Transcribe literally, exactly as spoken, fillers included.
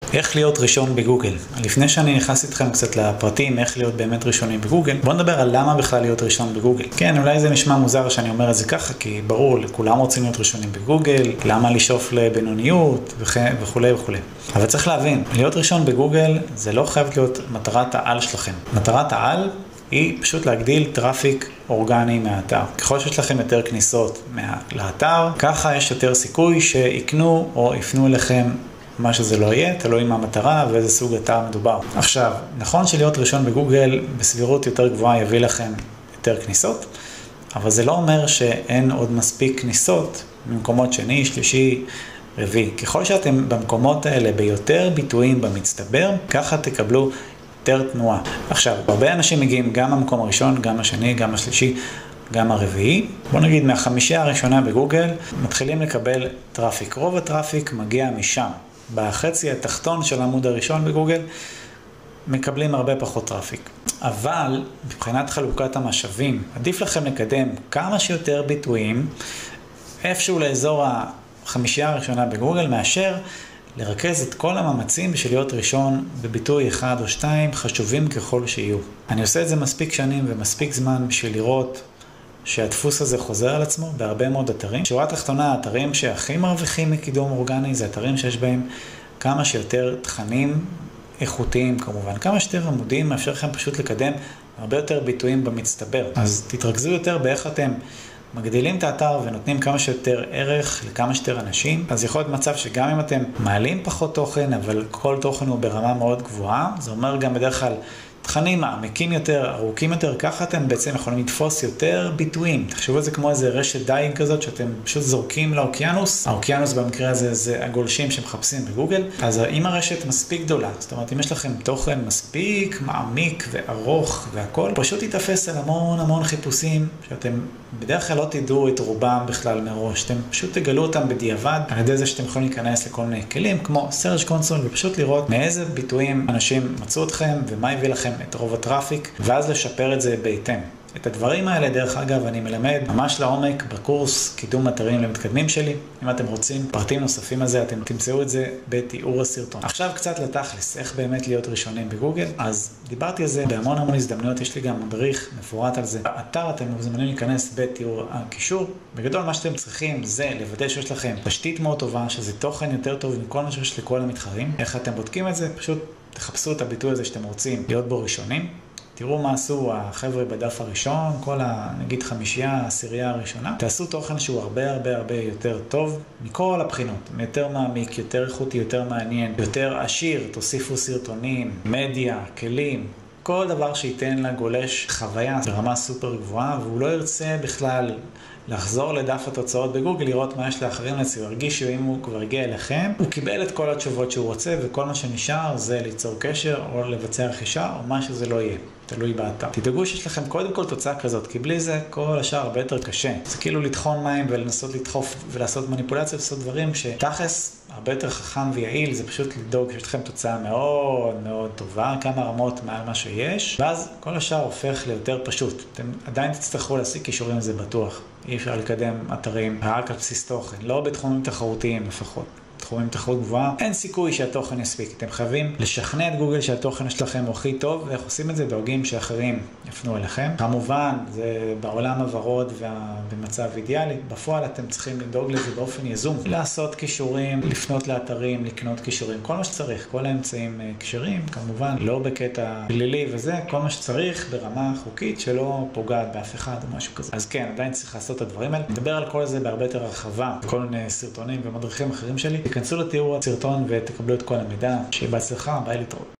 איך להיות ראשון בגוגל. לפני שאני נכנס איתכם קצת לפרטים, איך להיות באמת ראשונים בגוגל, בואו נדבר על למה בכלל להיות ראשון בגוגל. כן, אולי זה נשמע מוזר שאני אומר את זה ככה, כי ברור, לכולם רוצים להיות ראשונים בגוגל, למה לשאוף לבינוניות וכו' וכו'. אבל צריך להבין, להיות ראשון בגוגל זה לא חייב להיות מטרת העל שלכם. מטרת העל היא פשוט להגדיל טראפיק אורגני מהאתר. ככל שיש לכם יותר כניסות לאתר, ככה יש יותר סיכוי שיקנו או יפנו אליכם מה שזה לא יהיה, תלוי מה המטרה ואיזה סוג אתר מדובר. עכשיו, נכון שלהיות ראשון בגוגל בסבירות יותר גבוהה יביא לכם יותר כניסות, אבל זה לא אומר שאין עוד מספיק כניסות במקומות שני, שלישי, רביעי. ככל שאתם במקומות האלה ביותר ביטויים במצטבר, ככה תקבלו יותר תנועה. עכשיו, הרבה אנשים מגיעים גם במקום הראשון, גם השני, גם השלישי, גם הרביעי. בוא נגיד מהחמישייה הראשונה בגוגל, מתחילים לקבל טראפיק. רוב הטראפיק מגיע משם. בחצי התחתון של העמוד הראשון בגוגל, מקבלים הרבה פחות טראפיק. אבל מבחינת חלוקת המשאבים, עדיף לכם לקדם כמה שיותר ביטויים, איפשהו לאזור החמישייה הראשונה בגוגל, מאשר לרכז את כל המאמצים בשביל להיות ראשון בביטוי אחד או שתיים, חשובים ככל שיהיו. אני עושה את זה מספיק שנים ומספיק זמן בשביל לראות שהדפוס הזה חוזר על עצמו בהרבה מאוד אתרים. שורה תחתונה, האתרים שהכי מרוויחים מקידום אורגני, זה אתרים שיש בהם כמה שיותר תכנים איכותיים כמובן. כמה שיותר עמודים מאפשר לכם פשוט לקדם הרבה יותר ביטויים במצטבר. אז תתרכזו יותר באיך אתם מגדילים את האתר ונותנים כמה שיותר ערך לכמה שיותר אנשים. אז יכול להיות מצב שגם אם אתם מעלים פחות תוכן, אבל כל תוכן הוא ברמה מאוד גבוהה, זה אומר גם בדרך כלל תכנים מעמיקים יותר, ארוכים יותר, ככה אתם בעצם יכולים לתפוס יותר ביטויים. תחשבו על זה כמו איזה רשת דייג כזאת, שאתם פשוט זורקים לאוקיינוס. האוקיינוס במקרה הזה זה הגולשים שמחפשים בגוגל. אז אם הרשת מספיק גדולה, זאת אומרת, אם יש לכם תוכן מספיק מעמיק וארוך והכל, פשוט יתאפס על המון המון חיפושים, שאתם בדרך כלל לא תדעו את רובם בכלל מראש. אתם פשוט תגלו אותם בדיעבד, על ידי זה שאתם יכולים להיכנס לכל מיני כלים, כמו Search Console, ופשוט לראות מאיזה ביטויים אנשים מצאו אתכם, ומה הביא לכם את רוב הטראפיק, ואז לשפר את זה בהתאם. את הדברים האלה, דרך אגב, אני מלמד ממש לעומק בקורס קידום אתרים למתקדמים שלי. אם אתם רוצים פרטים נוספים על זה, אתם תמצאו את זה בתיאור הסרטון. עכשיו קצת לתכלס, איך באמת להיות ראשונים בגוגל. אז דיברתי על זה בהמון המון הזדמנויות, יש לי גם מדריך מפורט על זה. באתר אתם מוזמנים להיכנס בתיאור הקישור. בגדול מה שאתם צריכים זה לוודא שיש לכם תשתית מאוד טובה, שזה תוכן יותר טוב מכל מה שיש לכל המתחרים. איך אתם בודקים את זה? פשוט תחפשו את הביטוי הזה שאתם רוצים להיות בו ראשונים. תראו מה עשו החבר'ה בדף הראשון, כל הנגיד חמישייה, העשירייה הראשונה. תעשו תוכן שהוא הרבה הרבה הרבה יותר טוב מכל הבחינות. יותר מעמיק, יותר איכותי, יותר מעניין, יותר עשיר. תוסיפו סרטונים, מדיה, כלים. כל דבר שייתן לגולש חוויה ברמה סופר גבוהה, והוא לא ירצה בכלל לחזור לדף התוצאות בגוגל, לראות מה יש לאחרים להציע. הרגיש שאם הוא כבר הגיע אליכם, הוא קיבל את כל התשובות שהוא רוצה, וכל מה שנשאר זה ליצור קשר או לבצע רכישה, או מה שזה לא יהיה. תלוי באתר. תדאגו שיש לכם קודם כל תוצאה כזאת, כי בלי זה כל השאר הרבה יותר קשה. זה כאילו לטחון מים ולנסות לדחוף ולעשות מניפולציה ולעשות דברים שתכלס הרבה יותר חכם ויעיל, זה פשוט לדאוג שיש לכם תוצאה מאוד מאוד טובה, כמה רמות מעל מה שיש, ואז כל השאר הופך ליותר פשוט. אתם עדיין תצטרכו להשיג קישורים לזה בטוח. אי אפשר לקדם אתרים רק על בסיס תוכן, לא בתחומים תחרותיים לפחות. תחומים תחרות גבוהה, אין סיכוי שהתוכן יספיק. אתם חייבים לשכנע את גוגל שהתוכן שלכם הוא הכי טוב, ואיך עושים את זה? דואגים שאחרים יפנו אליכם. כמובן, זה בעולם הוורוד ובמצב אידיאלי. בפועל אתם צריכים לדאוג לזה באופן יזום. לעשות קישורים, לפנות לאתרים, לקנות קישורים, כל מה שצריך, כל האמצעים קישורים, כמובן, לא בקטע פלילי וזה, כל מה שצריך ברמה חוקית שלא פוגעת באף אחד או משהו כזה. אז כן, עדיין צריך לעשות את הדברים האלה. נדבר על כל זה בהרבה יותר הרחבה, כל מיני סרטונים ומדריכים אחרים שלי. תיכנסו לתיאור הסרטון ותקבלו את כל המידע. שיהיה בהצלחה, ביי להתראות.